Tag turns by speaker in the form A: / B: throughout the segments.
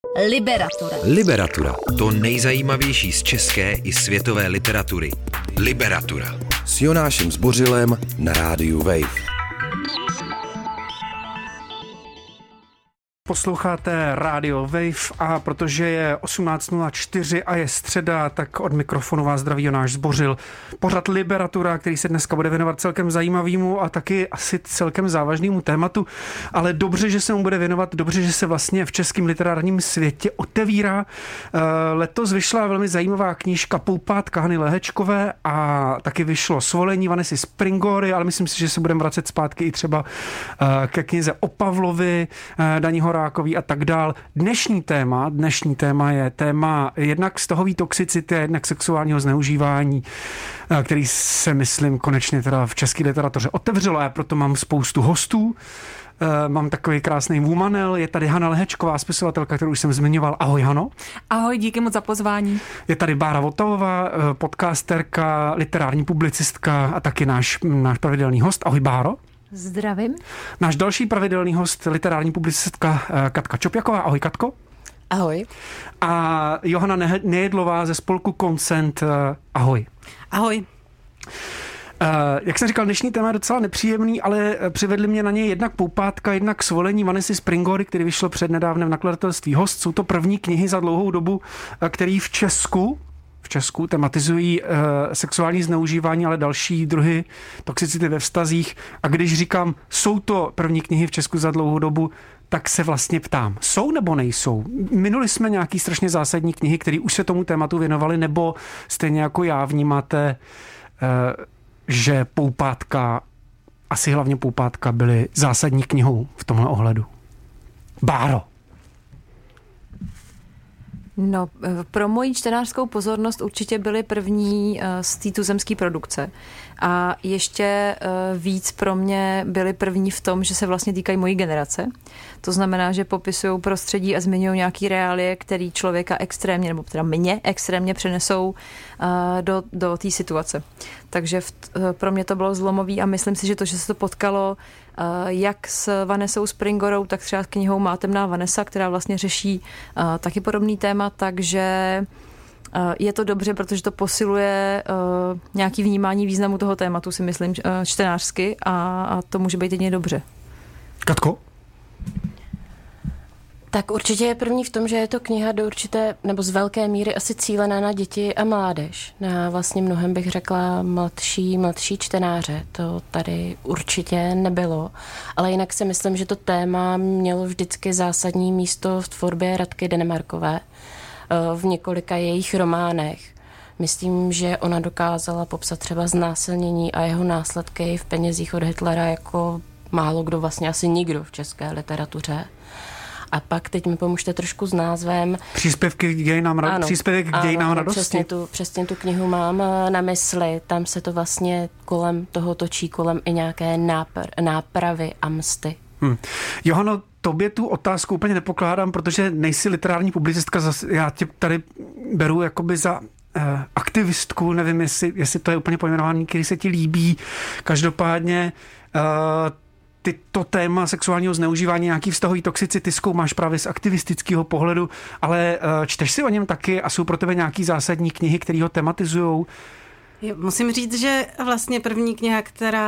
A: Liberatura.
B: Liberatura. To nejzajímavější z české i světové literatury. Liberatura.
C: S Jonášem Zbořilem na rádiu Wave.
D: Posloucháte Radio Wave a protože je 18:04 a je středa, tak od mikrofonu vás zdraví Jonáš Zbořil. Pořad Liberatura, který se dneska bude věnovat celkem zajímavému a taky asi celkem závažnému tématu, ale dobře, že se mu bude věnovat, dobře, že se vlastně v českém literárním světě otevírá. Letos vyšla velmi zajímavá knížka Poupátka Hany Lehečkové a taky vyšlo Svolení Vanessy Springory, ale myslím si, že se budeme vracet zpátky i třeba ke knize o Pavlovi, Dani Horákový a tak dál. Dnešní téma je téma jednak vztahové toxicity, jednak sexuálního zneužívání, který se, myslím, konečně teda v české literatuře otevřelo. Já proto mám spoustu hostů. Mám takový krásný womanel. Je tady Hana Lehečková, spisovatelka, kterou už jsem zmiňoval. Ahoj, Hano.
E: Ahoj, díky moc za pozvání.
D: Je tady Bára Votavová, podcasterka, literární publicistka a taky náš pravidelný host. Ahoj, Báro.
A: Zdravím.
D: Náš další pravidelný host, literární publicistka Katka Čopjaková. Ahoj, Katko.
F: Ahoj.
D: A Johana Nejedlová ze spolku Consent. Ahoj.
E: Ahoj.
D: Jak jsem říkal, dnešní téma je docela nepříjemný, ale přivedli mě na něj jednak Poupátka, jednak Svolení Vanessy Springory, který vyšlo přednedávnem v nakladatelství Host. Jsou to první knihy za dlouhou dobu, který v Česku tematizují sexuální zneužívání, ale další druhy toxicity ve vztazích. A když říkám, jsou to první knihy v Česku za dlouhou dobu, tak se vlastně ptám, jsou nebo nejsou? Minuli jsme nějaký strašně zásadní knihy, které už se tomu tématu věnovaly, nebo stejně jako já vnímáte, že Poupátka, asi hlavně Poupátka, byly zásadní knihou v tomhle ohledu? Báro.
F: No, pro moji čtenářskou pozornost určitě byly první z té tuzemské produkce. A ještě víc pro mě byly první v tom, že se vlastně týkají mojí generace. To znamená, že popisují prostředí a zmiňují nějaký reálie, který člověka extrémně, nebo teda mě extrémně přenesou do té situace. Takže pro mě to bylo zlomový a myslím si, že to, že se to potkalo jak s Vanessou Springorou, tak třeba s knihou Má temná Vanessa, která vlastně řeší taky podobný téma, takže je to dobře, protože to posiluje nějaký vnímání významu toho tématu, si myslím, čtenářsky a to může být jedině dobře.
D: Katko?
G: Tak určitě je první v tom, že je to kniha do určité, nebo z velké míry asi cílená na děti a mládež. Na vlastně mnohem bych řekla mladší čtenáře. To tady určitě nebylo. Ale jinak si myslím, že to téma mělo vždycky zásadní místo v tvorbě Radky Denemarkové v několika jejich románech. Myslím, že ona dokázala popsat třeba znásilnění a jeho následky v Penězích od Hitlera jako málo kdo, vlastně asi nikdo v české literatuře. A pak teď mi pomůžte trošku s názvem.
D: Příspěvek k dějinám radosti.
G: Přesně tu knihu mám na mysli. Tam se to vlastně kolem toho točí, kolem i nějaké nápravy a msty.
D: Johano, tobě tu otázku úplně nepokládám, protože nejsi literární publicistka. Já tě tady beru jakoby za aktivistku. Nevím, jestli to je úplně pojmenovaný, který se ti líbí. Každopádně to téma sexuálního zneužívání, nějaký vztahový toxicity zkoumáš právě z aktivistického pohledu, ale čteš si o něm taky a jsou pro tebe nějaký zásadní knihy, které ho tematizujou?
E: Musím říct, že vlastně první kniha,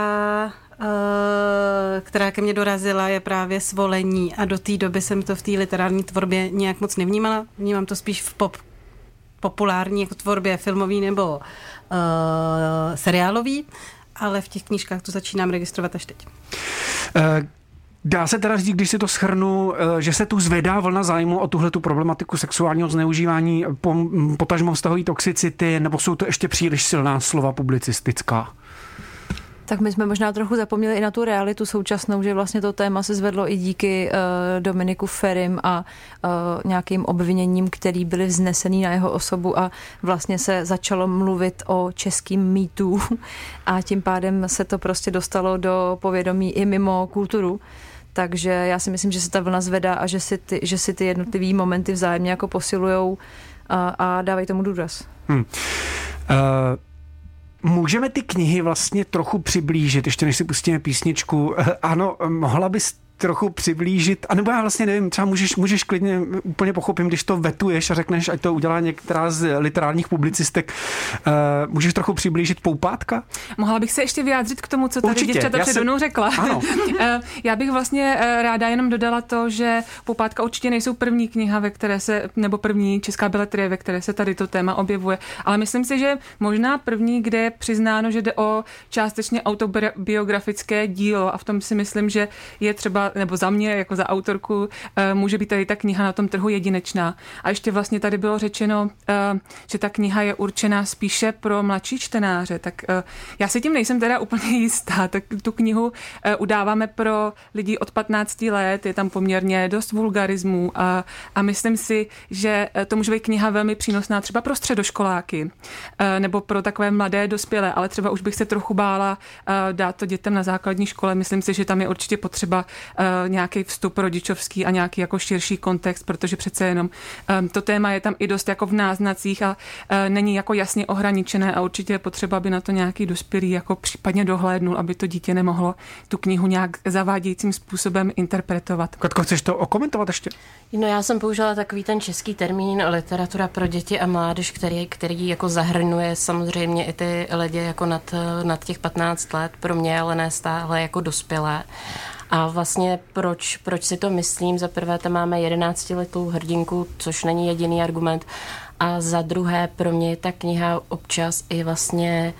E: která ke mně dorazila, je právě Svolení a do té doby jsem to v té literární tvorbě nějak moc nevnímala. Vnímám to spíš v populární jako tvorbě filmový nebo seriálový, ale v těch knížkách to začínám registrovat až teď.
D: Dá se teda říct, když si to shrnu, že se tu zvedá vlna zájmu o tuhletu problematiku sexuálního zneužívání, potažmo vztahový toxicity, nebo jsou to ještě příliš silná slova publicistická?
F: Tak my jsme možná trochu zapomněli i na tu realitu současnou, že vlastně to téma se zvedlo i díky Dominiku Ferim a nějakým obviněním, který byly vznesený na jeho osobu a vlastně se začalo mluvit o českým mýtu a tím pádem se to prostě dostalo do povědomí i mimo kulturu. Takže já si myslím, že se ta vlna zvedá a že si ty jednotlivý momenty vzájemně jako posilujou a dávají tomu důraz.
D: Můžeme ty knihy vlastně trochu přiblížit, ještě než si pustíme písničku. Ano, mohla bys trochu přiblížit, anebo já vlastně nevím, třeba můžeš klidně, úplně pochopím, když to vetuješ a řekneš, ať to udělá některá z literárních publicistek, můžeš trochu přiblížit Poupátka?
H: Mohla bych se ještě vyjádřit k tomu, co tady děvčata přede mnou řekla.
D: Ano.
H: Já bych vlastně ráda jenom dodala to, že Poupátka určitě nejsou první kniha, nebo první česká beletrie, ve které se tady to téma objevuje, ale myslím si, že možná první, kde je přiznáno, že jde o částečně autobiografické dílo, a v tom si myslím, že je třeba, nebo za mě, jako za autorku, může být tady ta kniha na tom trhu jedinečná. A ještě vlastně tady bylo řečeno, že ta kniha je určená spíše pro mladší čtenáře, tak já si tím nejsem teda úplně jistá, tak tu knihu udáváme pro lidi od 15 let, je tam poměrně dost vulgarismů a myslím si, že to může být kniha velmi přínosná třeba pro středoškoláky nebo pro takové mladé dospělé, ale třeba už bych se trochu bála dát to dětem na základní škole. Myslím si, že tam je určitě potřeba nějaký vstup rodičovský a nějaký jako širší kontext, protože přece jenom to téma je tam i dost jako v náznacích a není jako jasně ohraničené a určitě je potřeba, aby na to nějaký dospělý jako případně dohlédnul, aby to dítě nemohlo tu knihu nějak zavádějícím způsobem interpretovat.
D: Katko, chceš to okomentovat ještě?
G: No, já jsem použila takový ten český termín literatura pro děti a mládež, který jako zahrnuje samozřejmě i ty lidi jako nad těch 15 let, pro mě, ale ne stále jako dospělé. A vlastně proč si to myslím? Za prvé tam máme 11letou hrdinku, což není jediný argument. A za druhé pro mě je ta kniha občas i vlastně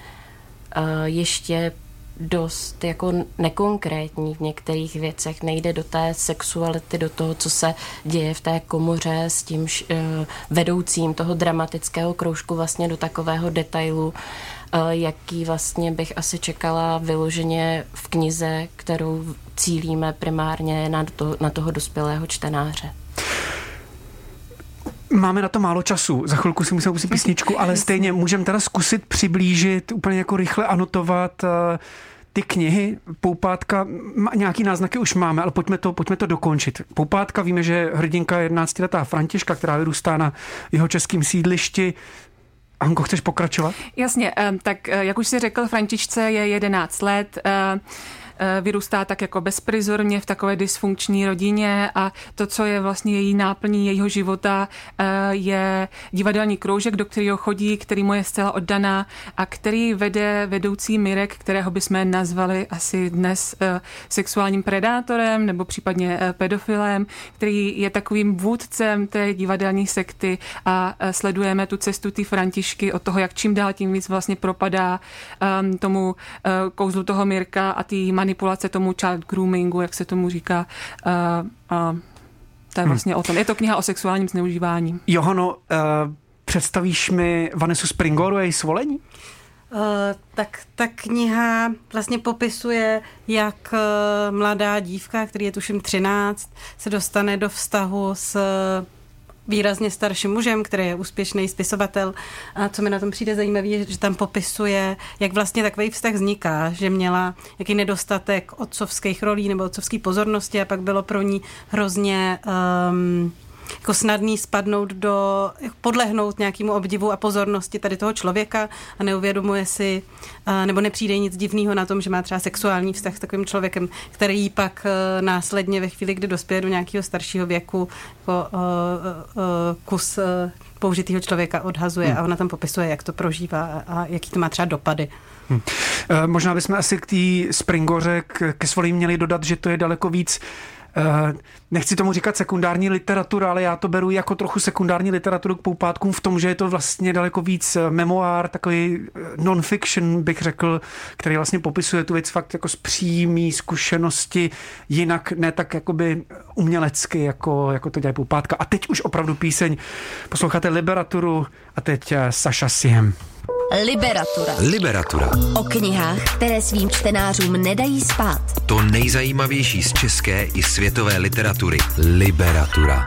G: ještě dost jako nekonkrétní v některých věcech. Nejde do té sexuality, do toho, co se děje v té komoře s tím vedoucím toho dramatického kroužku vlastně do takového detailu, jaký vlastně bych asi čekala vyloženě v knize, kterou cílíme primárně na toho dospělého čtenáře.
D: Máme na to málo času, za chvilku si musíme pustit písničku, ale stejně můžeme teda zkusit přiblížit, úplně jako rychle anotovat ty knihy. Poupátka, nějaký náznaky už máme, ale pojďme to dokončit. Poupátka, víme, že hrdinka je 11letá Františka, která vyrůstá na jeho českém sídlišti. Anko, chceš pokračovat?
H: Jasně, tak jak už si řekl, Františce je 11 let, vyrůstá tak jako bezprizorně v takové dysfunkční rodině a to, co je vlastně její náplní jejího života, je divadelní kroužek, do kterého chodí, který mu je zcela oddaná a který vede vedoucí Mirek, kterého bychom nazvali asi dnes sexuálním predátorem nebo případně pedofilem, který je takovým vůdcem té divadelní sekty a sledujeme tu cestu té Františky od toho, jak čím dál tím víc vlastně propadá tomu kouzlu toho Mirka a té manipulace tomu child groomingu, jak se tomu říká. To je vlastně o tom. Je to kniha o sexuálním zneužívání.
D: Johano, představíš mi Vanesu Springoru a její Svolení?
E: Tak ta kniha vlastně popisuje, jak mladá dívka, který je tuším 13, se dostane do vztahu s výrazně starším mužem, který je úspěšný spisovatel. A co mi na tom přijde zajímavé, je, že tam popisuje, jak vlastně takový vztah vzniká, že měla jaký nedostatek otcovských rolí nebo otcovské pozornosti a pak bylo pro ní hrozně jako snadný spadnout podlehnout nějakému obdivu a pozornosti tady toho člověka a neuvědomuje si, nebo nepřijde nic divného na tom, že má třeba sexuální vztah s takovým člověkem, který jí pak následně ve chvíli, kdy dospěje do nějakého staršího věku, jako kus použitýho člověka odhazuje a ona tam popisuje, jak to prožívá a jaký to má třeba dopady.
D: Možná bychom asi k té Springoře, ke Svolení měli dodat, že to je daleko víc nechci tomu říkat sekundární literatura, ale já to beru jako trochu sekundární literaturu k Poupátkům v tom, že je to vlastně daleko víc memoár, takový non-fiction, bych řekl, který vlastně popisuje tu věc fakt jako z přímý zkušenosti, jinak ne tak jakoby umělecky, jako to dělají Poupátka. A teď už opravdu píseň. Posloucháte Liberaturu a teď Saša Siem.
B: Liberatura.
A: O knihách, které svým čtenářům nedají spát.
B: To nejzajímavější z české i světové literatury. Liberatura.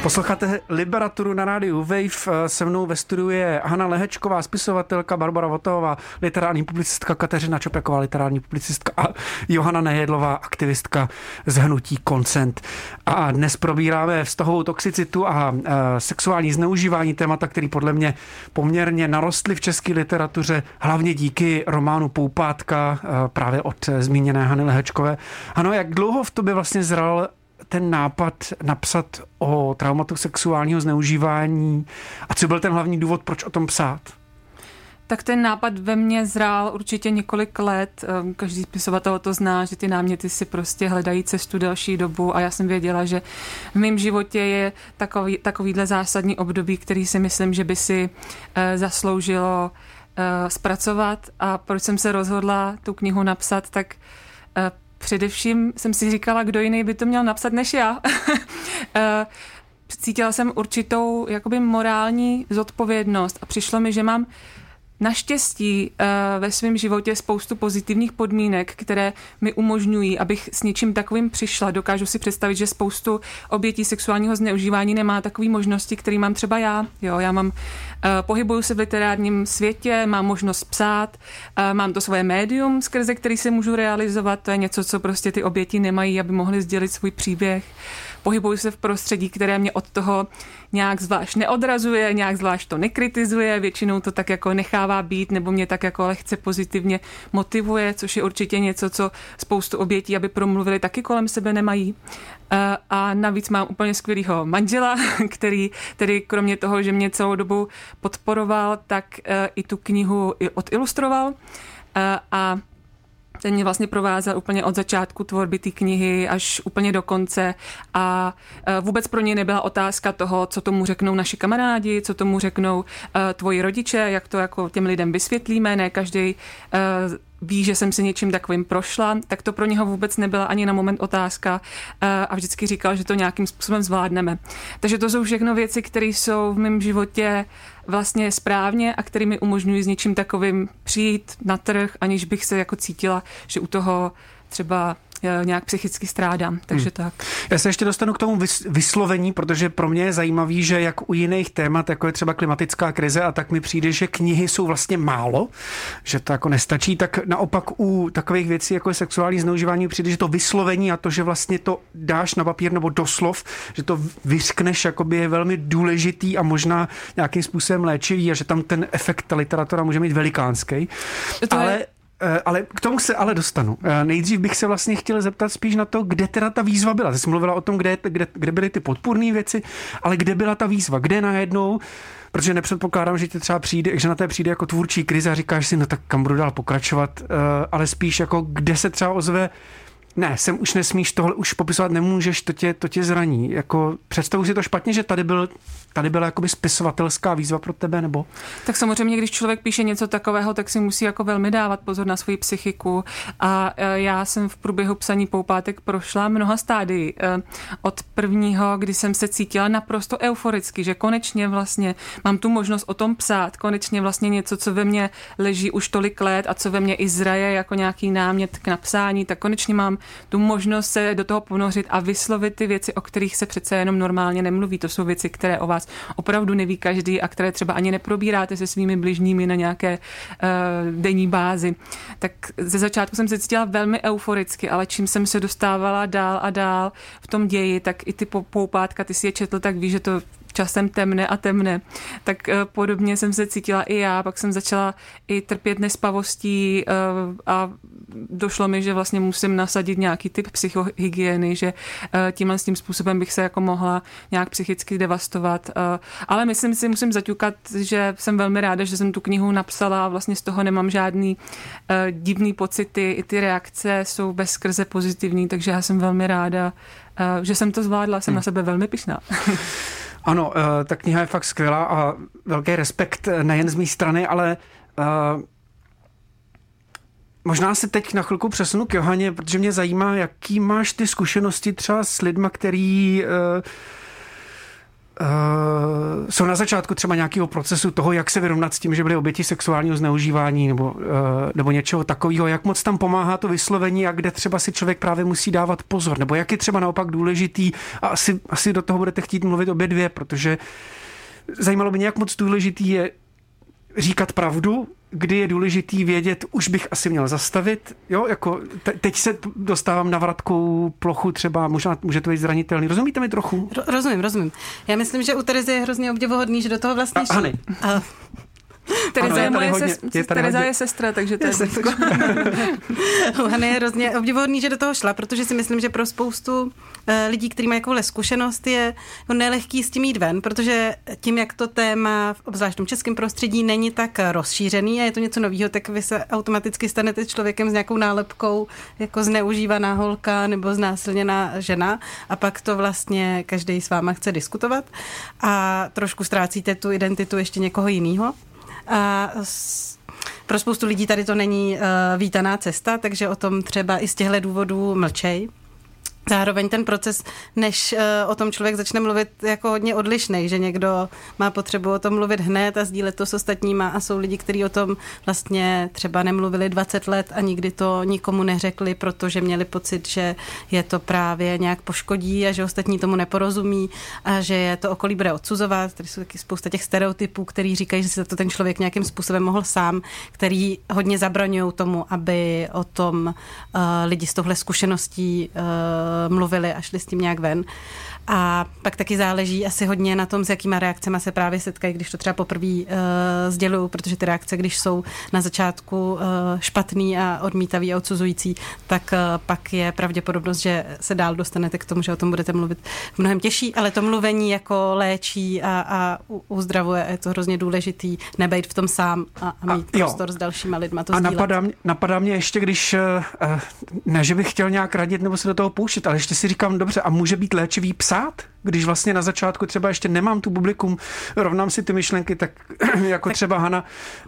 D: Posloucháte Liberaturu na rádiu Wave. Se mnou ve studiu je Hana Lehečková, spisovatelka, Barbara Votavová, literární publicistka, Kateřina Čopeková, literární publicistka a Johana Nejedlová, aktivistka z hnutí Consent. A dnes probíráme vztahovou toxicitu a sexuální zneužívání, témata, který podle mě poměrně narostly v české literatuře, hlavně díky románu Poupátka právě od zmíněné Hany Lehečkové. Hano, jak dlouho v tobě vlastně zral ten nápad napsat o traumatu sexuálního zneužívání a co byl ten hlavní důvod, proč o tom psát?
H: Tak ten nápad ve mně zrál určitě několik let. Každý spisovatel to zná, že ty náměty si prostě hledají cestu delší dobu a já jsem věděla, že v mém životě je takovýhle zásadní období, který si myslím, že by si zasloužilo zpracovat. A proč jsem se rozhodla tu knihu napsat, tak především jsem si říkala, kdo jiný by to měl napsat než já. Cítila jsem určitou jakoby morální zodpovědnost a přišlo mi, že mám naštěstí ve svém životě spoustu pozitivních podmínek, které mi umožňují, abych s něčím takovým přišla. Dokážu si představit, že spoustu obětí sexuálního zneužívání nemá takové možnosti, které mám třeba já. Jo, já pohybuju se v literárním světě, mám možnost psát, mám to svoje médium, skrze který se můžu realizovat. To je něco, co prostě ty oběti nemají, aby mohly sdělit svůj příběh. Pohybuju se v prostředí, které mě od toho nějak zvlášť neodrazuje, nějak zvlášť to nekritizuje, většinou to tak jako nechává být nebo mě tak jako lehce pozitivně motivuje, což je určitě něco, co spoustu obětí, aby promluvili, taky kolem sebe nemají. A navíc mám úplně skvělýho manžela, který tedy kromě toho, že mě celou dobu podporoval, tak i tu knihu odilustroval a ten mě vlastně provázel úplně od začátku tvorby té knihy až úplně do konce a vůbec pro něj nebyla otázka toho, co tomu řeknou naši kamarádi, co tomu řeknou tvoji rodiče, jak to jako těm lidem vysvětlíme, ne každý ví, že jsem si něčím takovým prošla, tak to pro něho vůbec nebyla ani na moment otázka a vždycky říkal, že to nějakým způsobem zvládneme. Takže to jsou všechno věci, které jsou v mém životě vlastně správně a které mi umožňují s něčím takovým přijít na trh, aniž bych se jako cítila, že u toho třeba nějak psychicky strádám, takže tak.
D: Já se ještě dostanu k tomu vyslovení, protože pro mě je zajímavý, že jak u jiných témat, jako je třeba klimatická krize a tak mi přijde, že knihy jsou vlastně málo, že to jako nestačí, tak naopak u takových věcí, jako je sexuální zneužívání, přijde, že to vyslovení a to, že vlastně to dáš na papír nebo doslov, že to vyřkneš, jakoby je velmi důležitý a možná nějakým způsobem léčivý a že tam ten efekt ta literatura může mít velikánský. Ale k tomu se ale dostanu. Nejdřív bych se vlastně chtěl zeptat spíš na to, kde teda ta výzva byla. Ty jsi mluvila o tom, kde byly ty podpůrné věci, ale kde byla ta výzva? Kde najednou, protože nepředpokládám, že tě třeba přijde, že na té přijde jako tvůrčí krize a říkáš si, no tak kam budu dál pokračovat, ale spíš jako kde se třeba ozve, ne, sem už nesmíš, tohle už popisovat nemůžeš, to tě zraní. Jako, představuji si to špatně, že tady byla jakoby spisovatelská výzva pro tebe, nebo? Tak
H: samozřejmě, když člověk píše něco takového, tak si musí jako velmi dávat pozor na svoji psychiku a já jsem v průběhu psaní Poupátek prošla mnoha stádií. Od prvního, kdy jsem se cítila naprosto euforicky, že konečně vlastně mám tu možnost o tom psát, konečně vlastně něco, co ve mně leží už tolik let a co ve mně i zraje jako nějaký námět k napsání, tak konečně mám tu možnost se do toho ponořit a vyslovit ty věci, o kterých se přece jenom normálně nemluví. To jsou věci, které o vás opravdu neví každý a které třeba ani neprobíráte se svými bližními na nějaké denní bázi. Tak ze začátku jsem se cítila velmi euforicky, ale čím jsem se dostávala dál a dál v tom ději, tak i ty Poupátka, ty si je četl, tak víš, že to časem temne a temne. Tak podobně jsem se cítila i já, pak jsem začala i trpět nespavostí a došlo mi, že vlastně musím nasadit nějaký typ psychohygieny, že tímhle s tím způsobem bych se jako mohla nějak psychicky devastovat. Ale musím zaťukat, že jsem velmi ráda, že jsem tu knihu napsala a vlastně z toho nemám žádný divný pocity, i ty reakce jsou bezskrze pozitivní, takže já jsem velmi ráda, že jsem to zvládla, jsem na sebe velmi pyšná.
D: Ano, ta kniha je fakt skvělá a velký respekt nejen z mé strany, ale možná se teď na chvilku přesunu k Johaně, protože mě zajímá, jaký máš ty zkušenosti třeba s lidma, který jsou na začátku třeba nějakého procesu toho, jak se vyrovnat s tím, že byly oběti sexuálního zneužívání nebo něčeho takového, jak moc tam pomáhá to vyslovení a kde třeba si člověk právě musí dávat pozor, nebo jak je třeba naopak důležitý a asi do toho budete chtít mluvit obě dvě, protože zajímalo by mě, jak moc důležitý je říkat pravdu, kdy je důležitý vědět, už bych asi měl zastavit, jo, jako teď se dostávám na vratkou plochu třeba, možná může to být zranitelný. Rozumíte mi trochu?
E: Rozumím. Já myslím, že u Terezy je hrozně obdivuhodný, že do toho vlastně
D: Hany.
H: Tereza je sestra, takže to je
E: u Hany je hrozně obdivuhodný, že do toho šla, protože si myslím, že pro spoustu lidí, kteří mají takovou zkušenost, je nelehký s tím jít ven, protože tím, jak to téma, obzvlášť v tom českém prostředí, není tak rozšířený a je to něco nového, tak vy se automaticky stanete člověkem s nějakou nálepkou jako zneužívaná holka nebo znásilněná žena a pak to vlastně každý s váma chce diskutovat a trošku ztrácíte tu identitu ještě někoho jiného. A pro spoustu lidí tady to není vítaná cesta, takže o tom třeba i z těchto důvodů mlčej. Zároveň ten proces, než o tom člověk začne mluvit, jako hodně odlišnej, že někdo má potřebu o tom mluvit hned a sdílet to s ostatníma a jsou lidi, kteří o tom vlastně třeba nemluvili 20 let a nikdy to nikomu neřekli, protože měli pocit, že je to právě nějak poškodí a že ostatní tomu neporozumí a že je to okolí bude odsuzovat. Tady jsou taky spousta těch stereotypů, který říkají, že si to ten člověk nějakým způsobem mohl sám, který hodně zabraňují tomu, aby o tom lidi s touhle zkušeností mluvili a šli s tím nějak ven. A pak taky záleží asi hodně na tom, s jakýma reakcemi se právě setkají, když to třeba poprvé sdělují, protože ty reakce, když jsou na začátku špatný a odmítavý a odsuzující, tak pak je pravděpodobnost, že se dál dostanete k tomu, že o tom budete mluvit mnohem těžší, ale to mluvení jako léčí a uzdravuje, je to hrozně důležitý, nebejt v tom sám a mít prostor s dalšíma lidma to sdílet. A
D: napadá mě ještě, když ne, že bych chtěl nějak radit nebo se do toho pouštět, ale ještě si říkám, dobře, a může být léčivý psát? Když vlastně na začátku třeba ještě nemám tu publikum, rovnám si ty myšlenky, tak jako třeba Hana,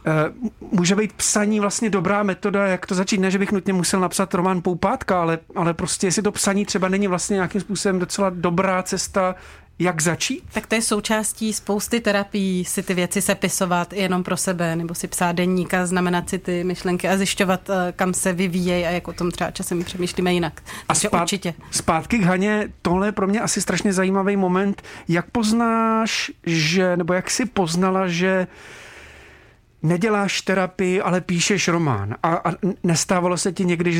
D: může být psaní vlastně dobrá metoda, jak to začít, ne, že bych nutně musel napsat román Poupátka, ale prostě jestli to psaní třeba není vlastně nějakým způsobem docela dobrá cesta, jak začít?
E: Tak to je součástí spousty terapií si ty věci sepisovat jenom pro sebe, nebo si psát deník a znamenat si ty myšlenky a zjišťovat, kam se vyvíjejí a jak o tom třeba časem přemýšlíme jinak. Takže určitě.
D: Zpátky k Haně, tohle je pro mě asi strašně zajímavý moment. Jak poznáš, nebo jak jsi poznala, že neděláš terapii, ale píšeš román? A nestávalo se ti někdy,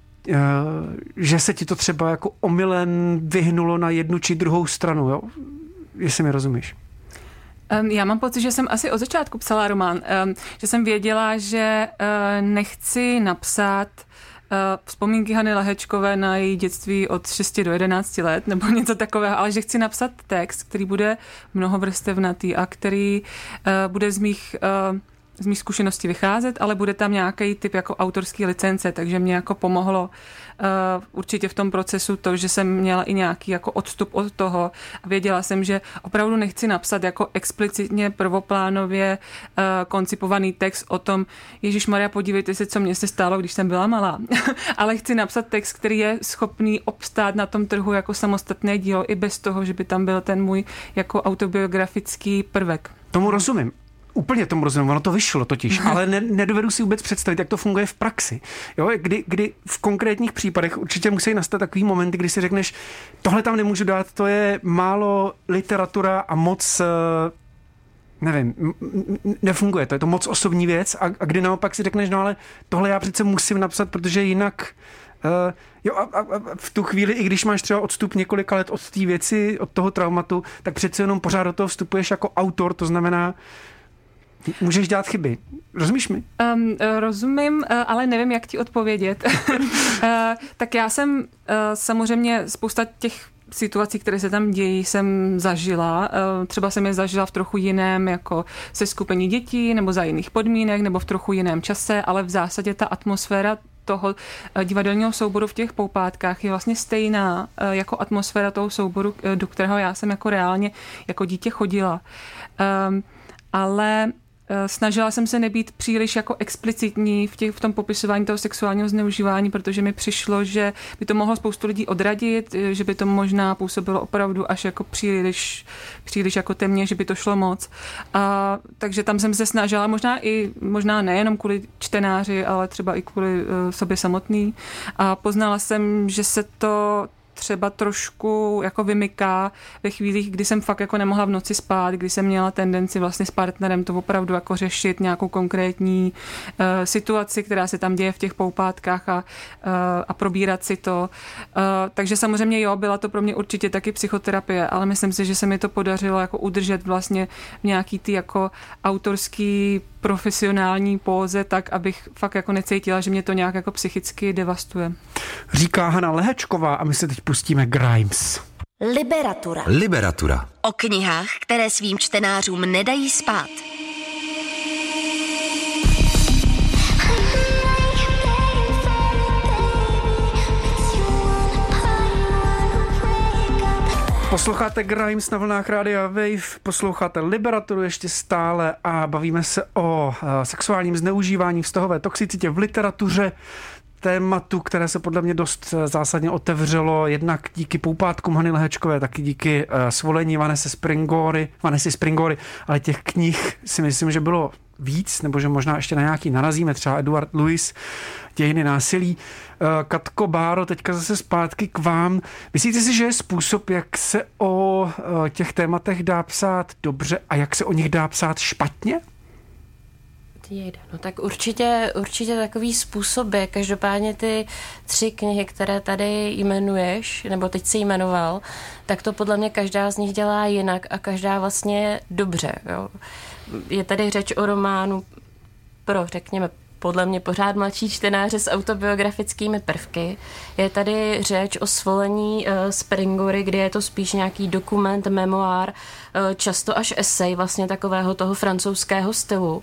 D: že se ti to třeba jako omylem vyhnulo na jednu či druhou stranu, jo? Jestli mi rozumíš.
H: Já mám pocit, že jsem asi od začátku psala román, že jsem věděla, že nechci napsat vzpomínky Hany Lahečkové na její dětství od 6 do 11 let, nebo něco takového, ale že chci napsat text, který bude mnohovrstevnatý a který bude z mých zkušeností vycházet, ale bude tam nějaký typ jako autorský licence, takže mě jako pomohlo určitě v tom procesu to, že jsem měla i nějaký jako odstup od toho a věděla jsem, že opravdu nechci napsat jako explicitně prvoplánově koncipovaný text o tom, Ježišmarja, podívejte se, co mě se stalo, když jsem byla malá. Ale chci napsat text, který je schopný obstát na tom trhu jako samostatné dílo i bez toho, že by tam byl ten můj jako autobiografický prvek.
D: Tomu rozumím. Úplně tomu rozumím, ono to vyšlo totiž, ale nedovedu si vůbec představit, jak to funguje v praxi. Jo, kdy v konkrétních případech určitě musí nastat takový momenty, kdy si řekneš, tohle tam nemůžu dát, to je málo literatura a moc, nevím, nefunguje, to je to moc osobní věc a kdy naopak si řekneš, no ale tohle já přece musím napsat, protože jinak a v tu chvíli, i když máš třeba odstup několika let od té věci, od toho traumatu, tak přece jenom pořád do toho vstupuješ jako autor, to znamená, můžeš dělat chyby. Rozumíš mi?
H: Rozumím, ale nevím, jak ti odpovědět. Tak já jsem samozřejmě spousta těch situací, které se tam dějí, jsem zažila. Třeba jsem je zažila v trochu jiném jako seskupení dětí, nebo za jiných podmínek, nebo v trochu jiném čase, ale v zásadě ta atmosféra toho divadelního souboru v těch Poupátkách je vlastně stejná jako atmosféra toho souboru, do kterého já jsem jako reálně jako dítě chodila. Ale snažila jsem se nebýt příliš jako explicitní v tom popisování toho sexuálního zneužívání, protože mi přišlo, že by to mohlo spoustu lidí odradit, že by to možná působilo opravdu až jako příliš jako temně, že by to šlo moc. Takže tam jsem se snažila, možná nejenom kvůli čtenáři, ale třeba i kvůli sobě samotný. A poznala jsem, že se to třeba trošku jako vymyká ve chvílích, kdy jsem fakt jako nemohla v noci spát, kdy jsem měla tendenci vlastně s partnerem to opravdu jako řešit nějakou konkrétní situaci, která se tam děje v těch poupátkách a probírat si to. Takže samozřejmě jo, byla to pro mě určitě taky psychoterapie, ale myslím si, že se mi to podařilo jako udržet vlastně v nějaký ty jako autorský profesionální póze, tak abych fakt jako necítila, že mě to nějak jako psychicky devastuje.
D: Říká Hana Lehečková a my se teď pustíme Grimes.
B: Liberatura.
A: O knihách, které svým čtenářům nedají spát.
D: Posloucháte Grimes na vlnách Rádia Wave, posloucháte Liberaturu ještě stále a bavíme se o sexuálním zneužívání, vztahové toxicitě v literatuře. Tématu, které se podle mě dost zásadně otevřelo, jednak díky poupátkům Hany Lehečkové, taky díky svolení Vanessy Springory, ale těch knih si myslím, že bylo víc, nebo že možná ještě na nějaký narazíme, třeba Edward Lewis, Dějiny násilí. Katko, Báro, teďka zase zpátky k vám. Myslíte si, že je způsob, jak se o těch tématech dá psát dobře a jak se o nich dá psát špatně?
G: No tak určitě takový způsob je. Každopádně ty 3 knihy, které tady jmenuješ, nebo teď si jmenoval, tak to podle mě každá z nich dělá jinak a každá vlastně dobře. Jo. Je tady řeč o románu pro, řekněme, podle mě pořád mladší čtenáře s autobiografickými prvky. Je tady řeč o svolení Springory, kdy je to spíš nějaký dokument, memoár, často až esej vlastně takového toho francouzského stylu.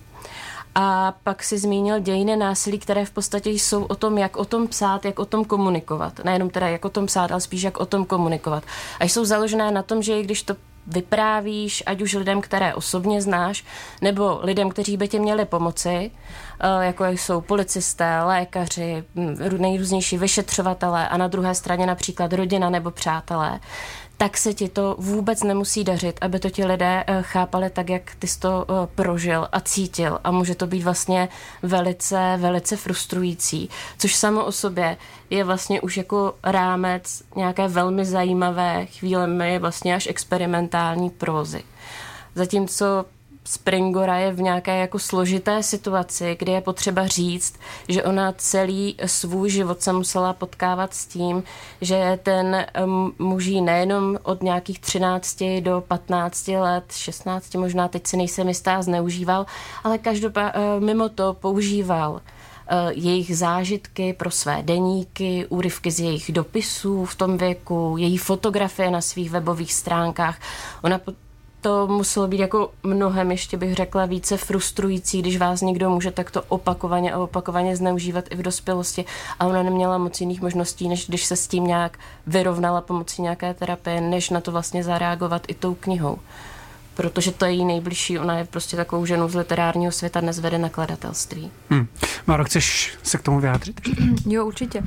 G: A pak si zmínil Dějiny násilí, které v podstatě jsou o tom, jak o tom psát, jak o tom komunikovat. Nejenom teda jak o tom psát, ale spíš jak o tom komunikovat. A jsou založené na tom, že i když to vyprávíš, ať už lidem, které osobně znáš, nebo lidem, kteří by ti měli pomoci, jako jsou policisté, lékaři, nejrůznější vyšetřovatelé a na druhé straně například rodina nebo přátelé, tak se ti to vůbec nemusí dařit, aby to ti lidé chápali tak, jak ty jsi to prožil a cítil. A může to být vlastně velice, velice frustrující, což samo o sobě je vlastně už jako rámec nějaké velmi zajímavé, chvílemi vlastně až experimentální prózy. Zatímco Springora je v nějaké jako složité situaci, kdy je potřeba říct, že ona celý svůj život se musela potkávat s tím, že ten muž nejenom od nějakých 13 do 15 let, 16 možná, teď si nejsem jistá, zneužíval, ale každopádně mimo to používal jejich zážitky pro své deníky, úryvky z jejich dopisů v tom věku, její fotografie na svých webových stránkách. Ona to muselo být jako mnohem, ještě bych řekla, více frustrující, když vás někdo může takto opakovaně zneužívat i v dospělosti a ona neměla moc jiných možností, než když se s tím nějak vyrovnala pomocí nějaké terapie, než na to vlastně zareagovat i tou knihou. Protože to je jí nejbližší, ona je prostě takovou ženou z literárního světa, dnes vede nakladatelství.
D: Máro, chceš se k tomu vyjádřit?
F: Jo, určitě.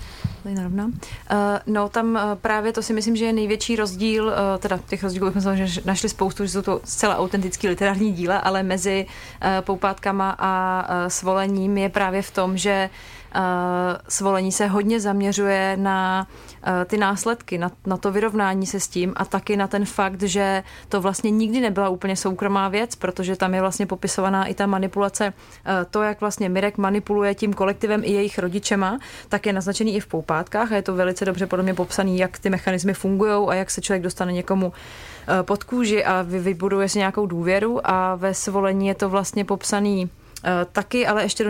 F: No tam právě to si myslím, že je největší rozdíl, teda těch rozdílů bychom samozřejmě našli spoustu, že jsou to zcela autentický literární díla, ale mezi poupátkama a svolením je právě v tom, že svolení se hodně zaměřuje na ty následky, na to vyrovnání se s tím a taky na ten fakt, že to vlastně nikdy nebyla úplně soukromá věc, protože tam je vlastně popisovaná i ta manipulace, to, jak vlastně Mirek manipuluje tím kolektivem i jejich rodičema, tak je naznačený i v poupátkách a je to velice dobře podle mě popsaný, jak ty mechanismy fungujou a jak se člověk dostane někomu pod kůži a vybuduje si nějakou důvěru a ve svolení je to vlastně popsaný taky, ale ještě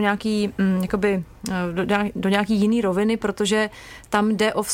F: do nějaký jiný roviny, protože tam jde o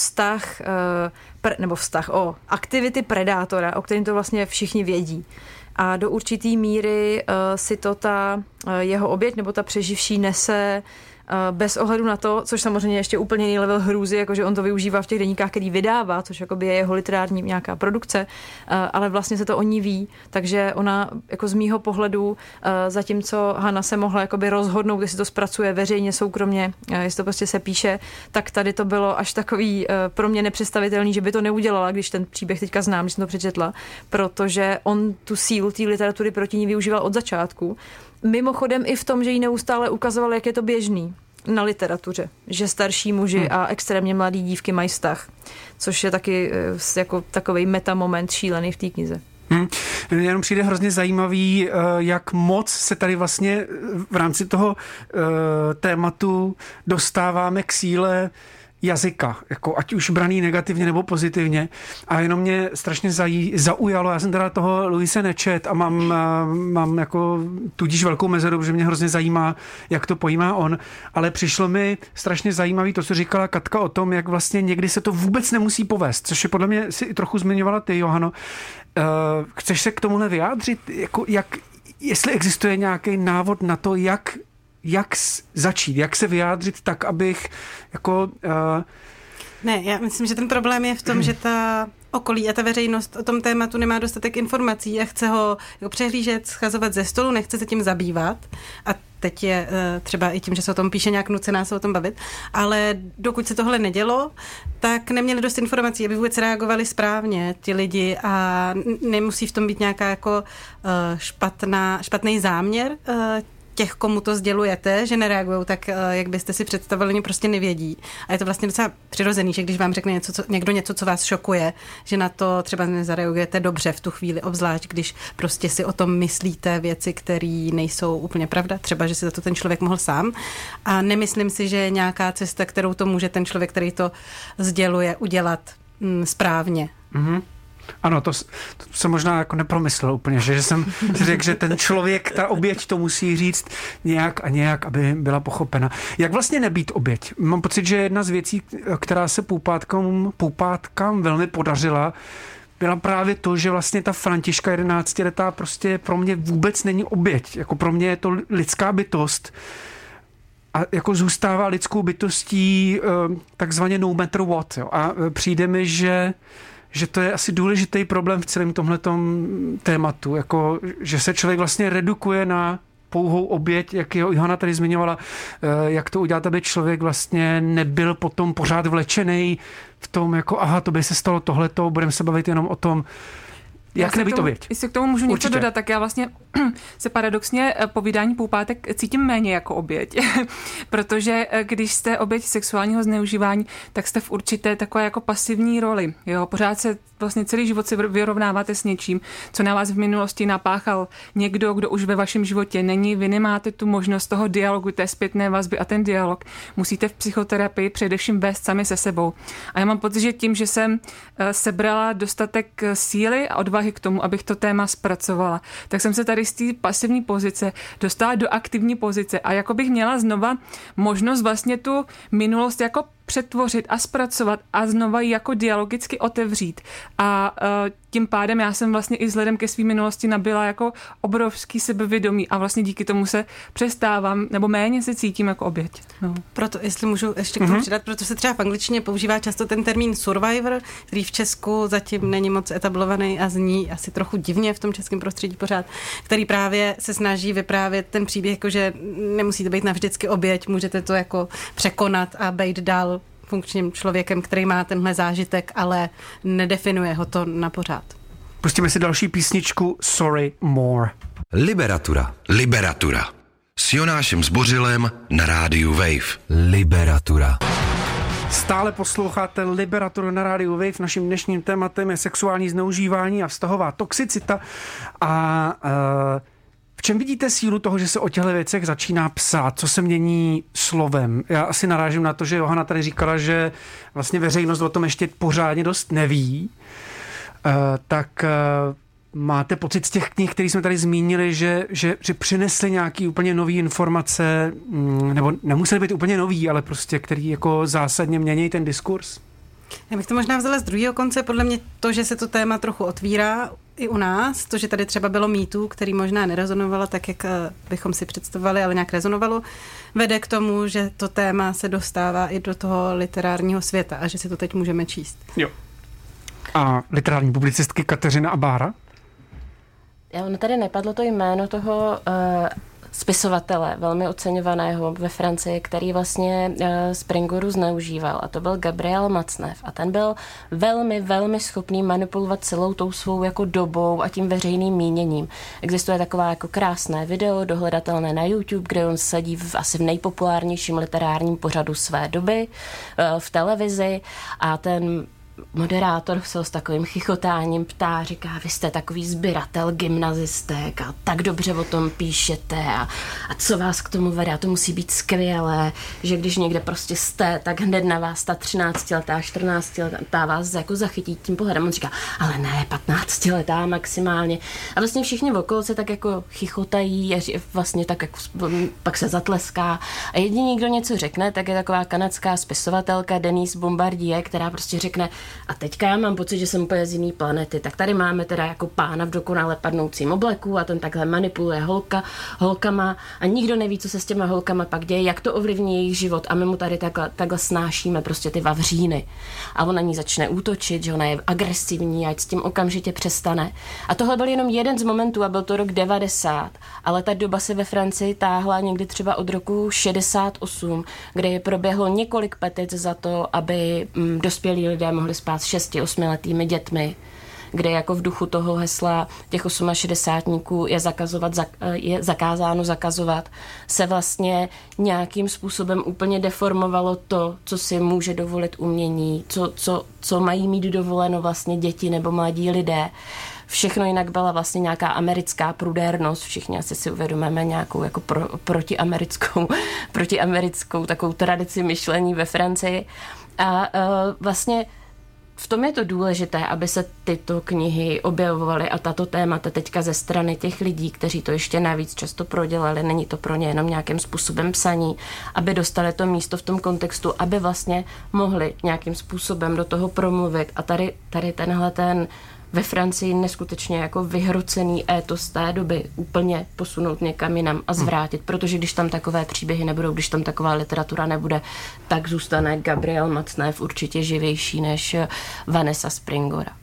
F: o aktivity predátora, o kterém to vlastně všichni vědí. A do určitý míry si to ta jeho oběť nebo ta přeživší nese bez ohledu na to, což samozřejmě ještě úplně jiný level hrůzy, jakože on to využívá v těch deníkách, který vydává, což jakoby je jeho literární nějaká produkce, ale vlastně se to o ní ví, takže ona jako z mýho pohledu, zatímco Hana se mohla jakoby rozhodnout, jestli to zpracuje veřejně, soukromně, jestli to prostě se píše, tak tady to bylo až takový pro mě nepředstavitelný, že by to neudělala, když ten příběh teďka znám, když jsem to přečetla, protože on tu sílu té literatury proti ní využíval od začátku. Mimochodem i v tom, že jí neustále ukazoval, jak je to běžný na literatuře, že starší muži a extrémně mladý dívky mají vztah, což je taky jako takovej metamoment šílený v té knize.
D: Jenom přijde hrozně zajímavý, jak moc se tady vlastně v rámci toho tématu dostáváme k síle jazyka, jako ať už braný negativně nebo pozitivně. A jenom mě strašně zaujalo, já jsem teda toho Louise nečet a mám jako tudíž velkou mezeru, protože mě hrozně zajímá, jak to pojímá on, ale přišlo mi strašně zajímavý to, co říkala Katka o tom, jak vlastně někdy se to vůbec nemusí povést, což je podle mě si i trochu zmiňovala ty, Johano. Chceš se k tomuhle vyjádřit? Jako jestli existuje nějaký návod na to, jak začít, jak se vyjádřit tak, abych jako...
E: Ne, já myslím, že ten problém je v tom, že ta okolí a ta veřejnost o tom tématu nemá dostatek informací a chce ho přehlížet, schazovat ze stolu, nechce se tím zabývat. A teď je třeba i tím, že se o tom píše, nějak nucená se o tom bavit. Ale dokud se tohle nedělo, tak neměli dost informací, aby vůbec reagovali správně ti lidi a nemusí v tom být nějaká jako špatný záměr těch, komu to sdělujete, že nereagují tak, jak byste si představili, oni prostě nevědí. A je to vlastně docela přirozený, že když vám řekne někdo něco, co vás šokuje, že na to třeba nezareagujete dobře v tu chvíli, obzvlášť když prostě si o tom myslíte věci, které nejsou úplně pravda, třeba, že si za to ten člověk mohl sám. A nemyslím si, že je nějaká cesta, kterou to může ten člověk, který to sděluje, udělat správně. Mm-hmm.
D: Ano, to jsem možná jako nepromyslel úplně, že jsem si řekl, že ten člověk, ta oběť to musí říct nějak a nějak, aby byla pochopena. Jak vlastně nebýt oběť? Mám pocit, že jedna z věcí, která se Poupátkám velmi podařila, byla právě to, že vlastně ta Františka 11letá prostě pro mě vůbec není oběť. Jako pro mě je to lidská bytost a jako zůstává lidskou bytostí takzvaně no matter what. Jo. A přijde mi, že to je asi důležitý problém v celém tomhletom tématu, jako, že se člověk vlastně redukuje na pouhou oběť, jak Johana tady zmiňovala, jak to udělat, aby člověk vlastně nebyl potom pořád vlečenej v tom, jako aha, to by se stalo tohleto, budeme se bavit jenom o tom, jak nebýt oběť.
H: Jestli k tomu můžu něco dodat, tak já vlastně se paradoxně po vydání Poupátek cítím méně jako oběť. Protože když jste oběť sexuálního zneužívání, tak jste v určité takové jako pasivní roli. Jo? Pořád se vlastně celý život si vyrovnáváte s něčím, co na vás v minulosti napáchal někdo, kdo už ve vašem životě není. Vy nemáte tu možnost toho dialogu, té zpětné vazby a ten dialog musíte v psychoterapii především vést sami se sebou. A já mám pocit, že tím, že jsem sebrala dostatek síly a odvahy k tomu, abych to téma zpracovala, tak jsem se tady z té pasivní pozice dostala do aktivní pozice a jako bych měla znova možnost vlastně tu minulost jako přetvořit a zpracovat a znova ji jako dialogicky otevřít. A tím pádem já jsem vlastně i vzhledem ke své minulosti nabyla jako obrovský sebevědomí a vlastně díky tomu se přestávám, nebo méně se cítím jako oběť. No.
E: Proto, jestli můžu ještě k tomu přidat, proto se třeba v angličtině používá často ten termín survivor, který v Česku zatím není moc etablovaný a zní asi trochu divně v tom českém prostředí pořád, který právě se snaží vyprávět ten příběh, jako že nemusíte být navždycky oběť, můžete to jako překonat a být dál funkčním člověkem, který má tenhle zážitek, ale nedefinuje ho to na pořád.
D: Pustíme si další písničku Sorry More.
B: Liberatura. S Jonášem Zbořilem na rádiu Wave.
C: Liberatura.
D: Stále posloucháte Liberaturu na rádiu Wave. Naším dnešním tématem je sexuální zneužívání a vztahová toxicita. A v čem vidíte sílu toho, že se o těchto věcech začíná psát? Co se mění slovem? Já asi narážím na to, že Johana tady říkala, že vlastně veřejnost o tom ještě pořádně dost neví. Tak máte pocit z těch knih, které jsme tady zmínili, že přinesly nějaký úplně nový informace, nebo nemuseli být úplně nový, ale prostě který jako zásadně mění ten diskurs?
E: Já bych to možná vzala z druhého konce. Podle mě to, že se to téma trochu otvírá, i u nás, to, že tady třeba bylo mýtů, který možná nerezonovalo tak, jak bychom si představovali, ale nějak rezonovalo, vede k tomu, že to téma se dostává i do toho literárního světa a že si to teď můžeme číst.
D: Jo. A literární publicistky Kateřina a Bára?
G: Ono tady nepadlo to jméno toho spisovatele, velmi oceňovaného ve Francii, který vlastně Springoru zneužíval, a to byl Gabriel Matzneff. A ten byl velmi, velmi schopný manipulovat celou tou svou jako dobou a tím veřejným míněním. Existuje taková jako krásné video, dohledatelné na YouTube, kde on sedí asi v nejpopulárnějším literárním pořadu své doby v televizi a ten moderátor se s takovým chichotáním ptá, říká, vy jste takový sběratel gymnazistek a tak dobře o tom píšete a co vás k tomu vede, a to musí být skvělé, že když někde prostě jste, tak hned na vás ta 13letá, 14letá vás jako zachytí tím pohledem. On říká, ale ne, 15letá maximálně. A vlastně všichni okolo se tak jako chichotají a vlastně tak jako pak se zatleská a jediný, kdo něco řekne, tak je taková kanadská spisovatelka Denise Bombardier, která prostě řekne, a teďka já mám pocit, že jsem úplně z jiný planety. Tak tady máme teda jako pána v dokonale padnoucím obleku a ten takhle manipuluje holkama a nikdo neví, co se s těma holkama pak děje, jak to ovlivní jejich život a my mu tady takhle snášíme prostě ty vavříny. A on na ní začne útočit, že ona je agresivní, ať s tím okamžitě přestane. A tohle byl jenom jeden z momentů a byl to rok 90, ale ta doba se ve Francii táhla někdy třeba od roku 68, kde proběhlo několik petic za to, aby dospělí lidé mohli spát s 6-8letými dětmi, kde jako v duchu toho hesla těch 68níků je zakázáno zakazovat, se vlastně nějakým způsobem úplně deformovalo to, co si může dovolit umění, co mají mít dovoleno vlastně děti nebo mladí lidé. Všechno jinak byla vlastně nějaká americká prudérnost, všichni asi si uvědomíme nějakou jako protiamerickou takovou tradici myšlení ve Francii. A vlastně v tom je to důležité, aby se tyto knihy objevovaly a tato témata teďka ze strany těch lidí, kteří to ještě navíc často prodělali, není to pro ně jenom nějakým způsobem psaní, aby dostali to místo v tom kontextu, aby vlastně mohli nějakým způsobem do toho promluvit a tady tenhle ten ve Francii neskutečně jako vyhrocený étos té doby úplně posunout někam jinam a zvrátit, protože když tam takové příběhy nebudou, když tam taková literatura nebude, tak zůstane Gabriel Matzneff určitě živější než Vanessa Springora.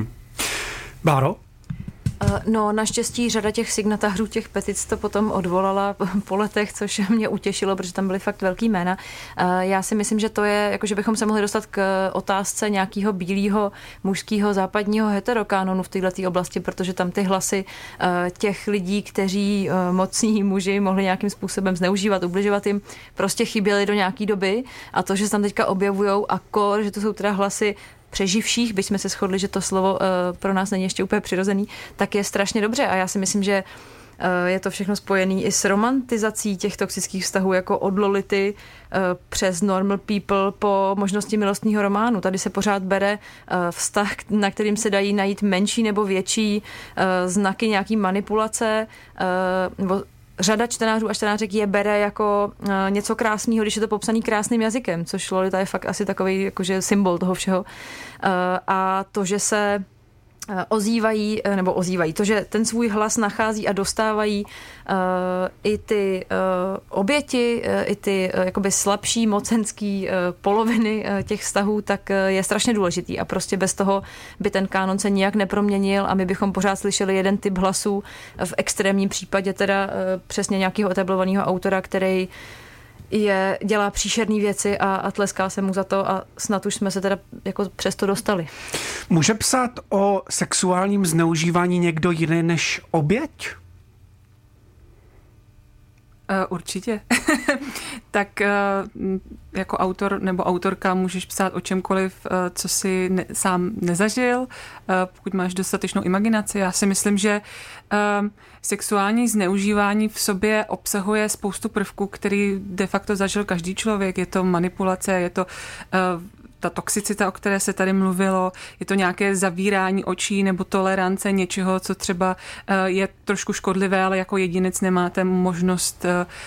D: Báro?
F: No, naštěstí řada těch signatářů, těch petic to potom odvolala po letech, což mě utěšilo, protože tam byly fakt velký jména. Já si myslím, že to je, jako že bychom se mohli dostat k otázce nějakého bílého, mužského, západního heterokánonu v této oblasti, protože tam ty hlasy těch lidí, kteří mocní muži mohli nějakým způsobem zneužívat, ubližovat jim, prostě chyběly do nějaké doby a to, že se tam teďka objevujou a že to jsou teda hlasy přeživších, byť jsme se shodli, že to slovo pro nás není ještě úplně přirozený, tak je strašně dobře a já si myslím, že je to všechno spojený i s romantizací těch toxických vztahů, jako od Lolity přes Normal People po možnosti milostního románu. Tady se pořád bere vztah, na kterým se dají najít menší nebo větší znaky nějaký manipulace, nebo řada čtenářů a čtenářek je bere jako něco krásného, když je to popsaný krásným jazykem, což Lolita je fakt asi takový jakože symbol toho všeho. A to, že se ozývají, to, že ten svůj hlas nachází a dostávají i ty oběti, i ty jakoby slabší mocenský poloviny těch vztahů, tak je strašně důležitý a prostě bez toho by ten kánon se nijak neproměnil a my bychom pořád slyšeli jeden typ hlasů, v extrémním případě teda přesně nějakého etablovaného autora, který dělá příšerné věci a tleská se mu za to a snad už jsme se teda jako přesto dostali.
D: Může psát o sexuálním zneužívání někdo jiný než oběť?
H: Určitě. Tak jako autor nebo autorka můžeš psát o čemkoliv, co si sám nezažil, pokud máš dostatečnou imaginaci. Já si myslím, že sexuální zneužívání v sobě obsahuje spoustu prvků, který de facto zažil každý člověk. Je to manipulace, je to ta toxicita, o které se tady mluvilo, je to nějaké zavírání očí nebo tolerance něčeho, co třeba je trošku škodlivé, ale jako jedinec nemáte možnost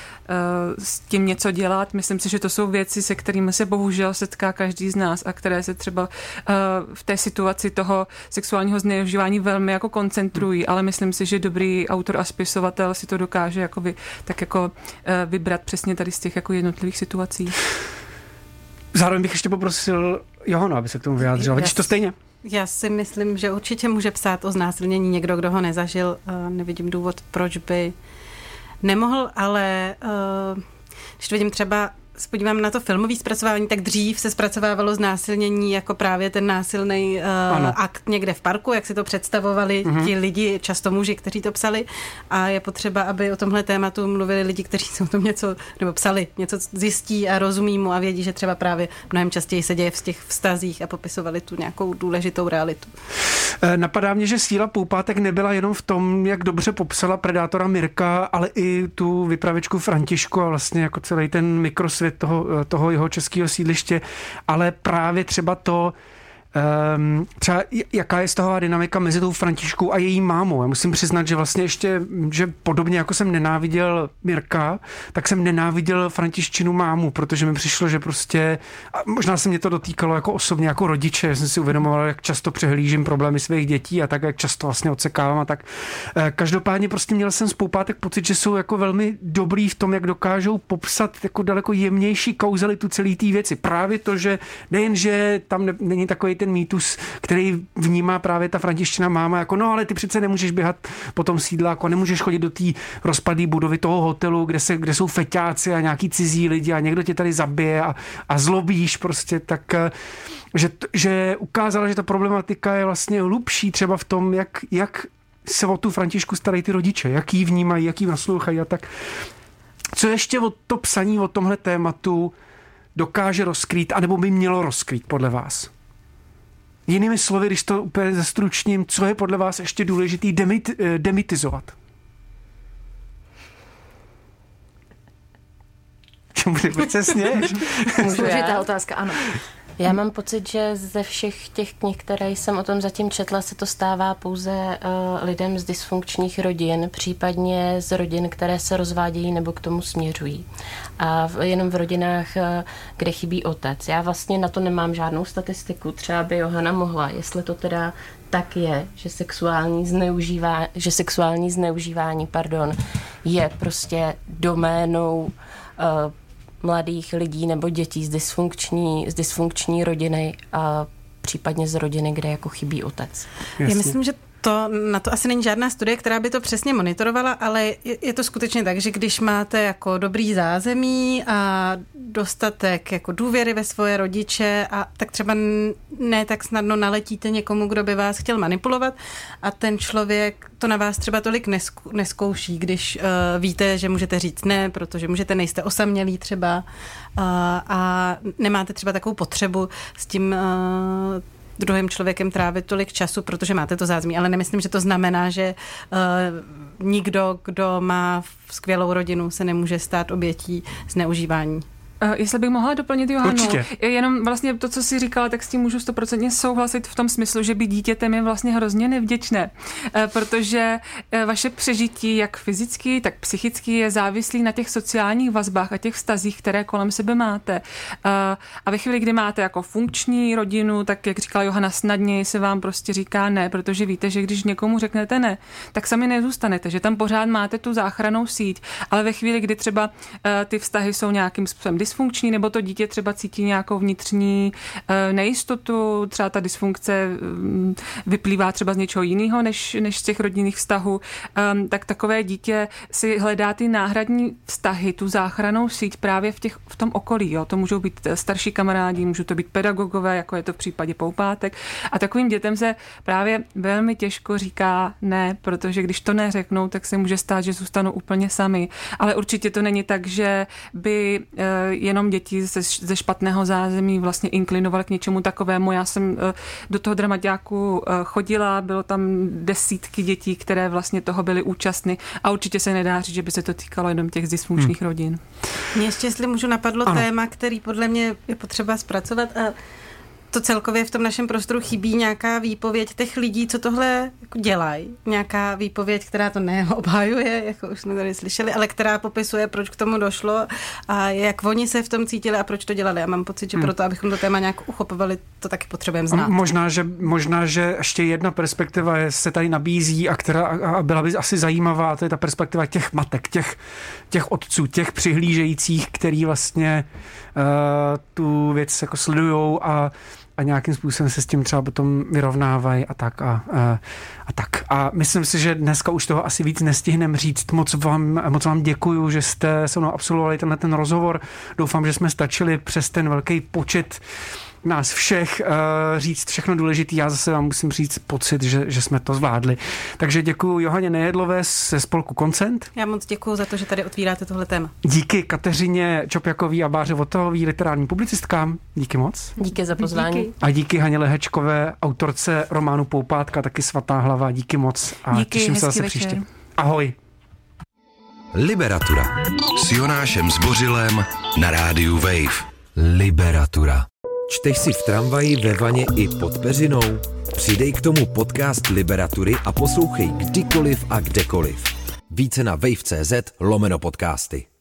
H: s tím něco dělat. Myslím si, že to jsou věci, se kterými se bohužel setká každý z nás a které se třeba v té situaci toho sexuálního zneužívání velmi jako koncentrují, ale myslím si, že dobrý autor a spisovatel si to dokáže tak jako vybrat přesně tady z těch jako jednotlivých situací.
D: Zároveň bych ještě poprosil Johana, aby se k tomu vyjádřila. Vidíš to stejně?
E: Já si myslím, že určitě může psát o znásilnění někdo, kdo ho nezažil. Nevidím důvod, proč by nemohl, ale když vidím třeba, podívám na to filmové zpracování, tak dřív se zpracovávalo znásilnění jako právě ten násilný akt někde v parku, jak si to představovali ti lidi, často muži, kteří to psali, a je potřeba, aby o tomhle tématu mluvili lidi, kteří se o tom něco, nebo psali, něco zjistí a rozumí mu a vědí, že třeba právě mnohem častěji se děje v těch vztazích a popisovali tu nějakou důležitou realitu.
D: Napadá mě, že síla Poupátek nebyla jenom v tom, jak dobře popsala predátora Mirka, ale i tu vypravěčku Františku a vlastně jako celý ten mikrosvět toho jeho českého sídliště, ale právě třeba to, třeba jaká je vztahová dynamika mezi tou Františkou a její mámou. Já musím přiznat, že vlastně ještě, že podobně jako jsem nenáviděl Mirka, tak jsem nenáviděl Františčinu mámu, protože mi přišlo, že prostě, a možná se mě to dotýkalo jako osobně, jako rodiče, já jsem si uvědomoval, jak často přehlížím problémy svých dětí a tak, jak často vlastně odsekávám a tak. Každopádně prostě měl jsem z Poupátek pocit, že jsou jako velmi dobrý v tom, jak dokážou popsat jako daleko jemnější kauzalitu celé té věci. Právě to, že nejen, že tam není takový ten mýtus, který vnímá právě ta Františčina máma, jako no, ale ty přece nemůžeš běhat po tom sídláku a nemůžeš chodit do té rozpadlé budovy toho hotelu, kde jsou feťáci a nějaký cizí lidi a někdo tě tady zabije a zlobíš prostě, tak že ukázala, že ta problematika je vlastně hlubší třeba v tom, jak se o tu Františku starají ty rodiče, jak ji vnímají, jak ji naslouchají a tak. Co ještě o to psaní o tomhle tématu dokáže rozkrýt, anebo by mělo rozkrýt podle vás? Jinými slovy, když to úplně zestručním, co je podle vás ještě důležitý demitizovat? Čemu se směješ?
F: Složitá otázka, ano.
G: Já mám pocit, že ze všech těch knih, které jsem o tom zatím četla, se to stává pouze lidem z dysfunkčních rodin, případně z rodin, které se rozvádějí nebo k tomu směřují. A jenom v rodinách, kde chybí otec. Já vlastně na to nemám žádnou statistiku, třeba by Johana mohla, jestli to teda tak je, že sexuální zneužívání je prostě doménou mladých lidí nebo dětí z dysfunkční rodiny a případně z rodiny, kde jako chybí otec.
E: Jasně. Já myslím, že na to asi není žádná studie, která by to přesně monitorovala, ale je to skutečně tak, že když máte jako dobrý zázemí a dostatek jako důvěry ve svoje rodiče, a tak třeba ne tak snadno naletíte někomu, kdo by vás chtěl manipulovat, a ten člověk to na vás třeba tolik neskouší, když víte, že můžete říct ne, protože nejste osamělí třeba a nemáte třeba takovou potřebu s tím druhým člověkem trávit tolik času, protože máte to zázemí, ale nemyslím, že to znamená, že nikdo, kdo má skvělou rodinu, se nemůže stát obětí zneužívání.
H: Jestli bych mohla doplnit Johanu,
D: určitě.
H: Jenom vlastně to, co jsi říkala, tak s tím můžu 100% souhlasit v tom smyslu, že být dítětem je vlastně hrozně nevděčné, protože vaše přežití, jak fyzicky, tak psychicky, je závislý na těch sociálních vazbách a těch vztazích, které kolem sebe máte. A ve chvíli, kdy máte jako funkční rodinu, tak jak říkala Johana, snadněji se vám prostě říká ne, protože víte, že když někomu řeknete ne, tak sami nezůstanete, že tam pořád máte tu záchrannou síť, ale ve chvíli, kdy třeba ty vztahy jsou nějakým způsobem dysfunkční, nebo to dítě třeba cítí nějakou vnitřní nejistotu, třeba ta dysfunkce vyplývá třeba z něčeho jiného, než z těch rodinných vztahů, tak takové dítě si hledá ty náhradní vztahy, tu záchrannou síť právě v tom okolí. Jo. To můžou být starší kamarádi, můžou to být pedagogové, jako je to v případě Poupátek. A takovým dětem se právě velmi těžko říká ne, protože když to neřeknou, tak se může stát, že zůstanou úplně sami. Ale určitě to není tak, že by jenom děti ze špatného zázemí vlastně inklinovaly k něčemu takovému. Já jsem do toho dramaťáku chodila, bylo tam desítky dětí, které vlastně toho byly účastny, a určitě se nedá říct, že by se to týkalo jenom těch dysfunkčních rodin.
E: Mě ještě, jestli můžu, napadlo téma, který podle mě je potřeba zpracovat, a to celkově v tom našem prostoru chybí nějaká výpověď těch lidí, co tohle jako dělají. Nějaká výpověď, která to neobhajuje, jako už jsme tady slyšeli, ale která popisuje, proč k tomu došlo a jak oni se v tom cítili a proč to dělali. A mám pocit, že proto, abychom to téma nějak uchopovali, to taky potřebujeme znát.
D: Možná, že ještě jedna perspektiva se tady nabízí a která byla by asi zajímavá, to je ta perspektiva těch matek, těch otců, těch přihlížejících, který vlastně tu věc jako sledujou a nějakým způsobem se s tím třeba potom vyrovnávají a tak. A myslím si, že dneska už toho asi víc nestihneme říct. Moc vám děkuju, že jste se mnou absolvovali ten rozhovor. Doufám, že jsme stačili přes ten velký počet nás všech říct všechno důležité. Já zase vám musím říct pocit, že jsme to zvládli. Takže děkuji Johaně Nejedlové ze spolku Koncent.
E: Já moc děkuji za to, že tady otvíráte tohle téma.
D: Díky Kateřině Čopjakový a Báře Votahový, literárním publicistkám. Díky moc.
G: Díky za pozvání.
E: Díky.
D: A díky Haně Lehečkové, autorce románu Poupátka, taky Svatá hlava. Díky moc. A
H: díky,
D: těším se zase příště. Ahoj.
B: Liberatura s Jonášem Zbořilem na rádiu Wave. Liberatura.
C: Čteš si v tramvaji, ve vaně i pod peřinou? Přidej k tomu podcast Liberatury a poslouchej kdykoliv a kdekoliv. Více na wave.cz/podcasty.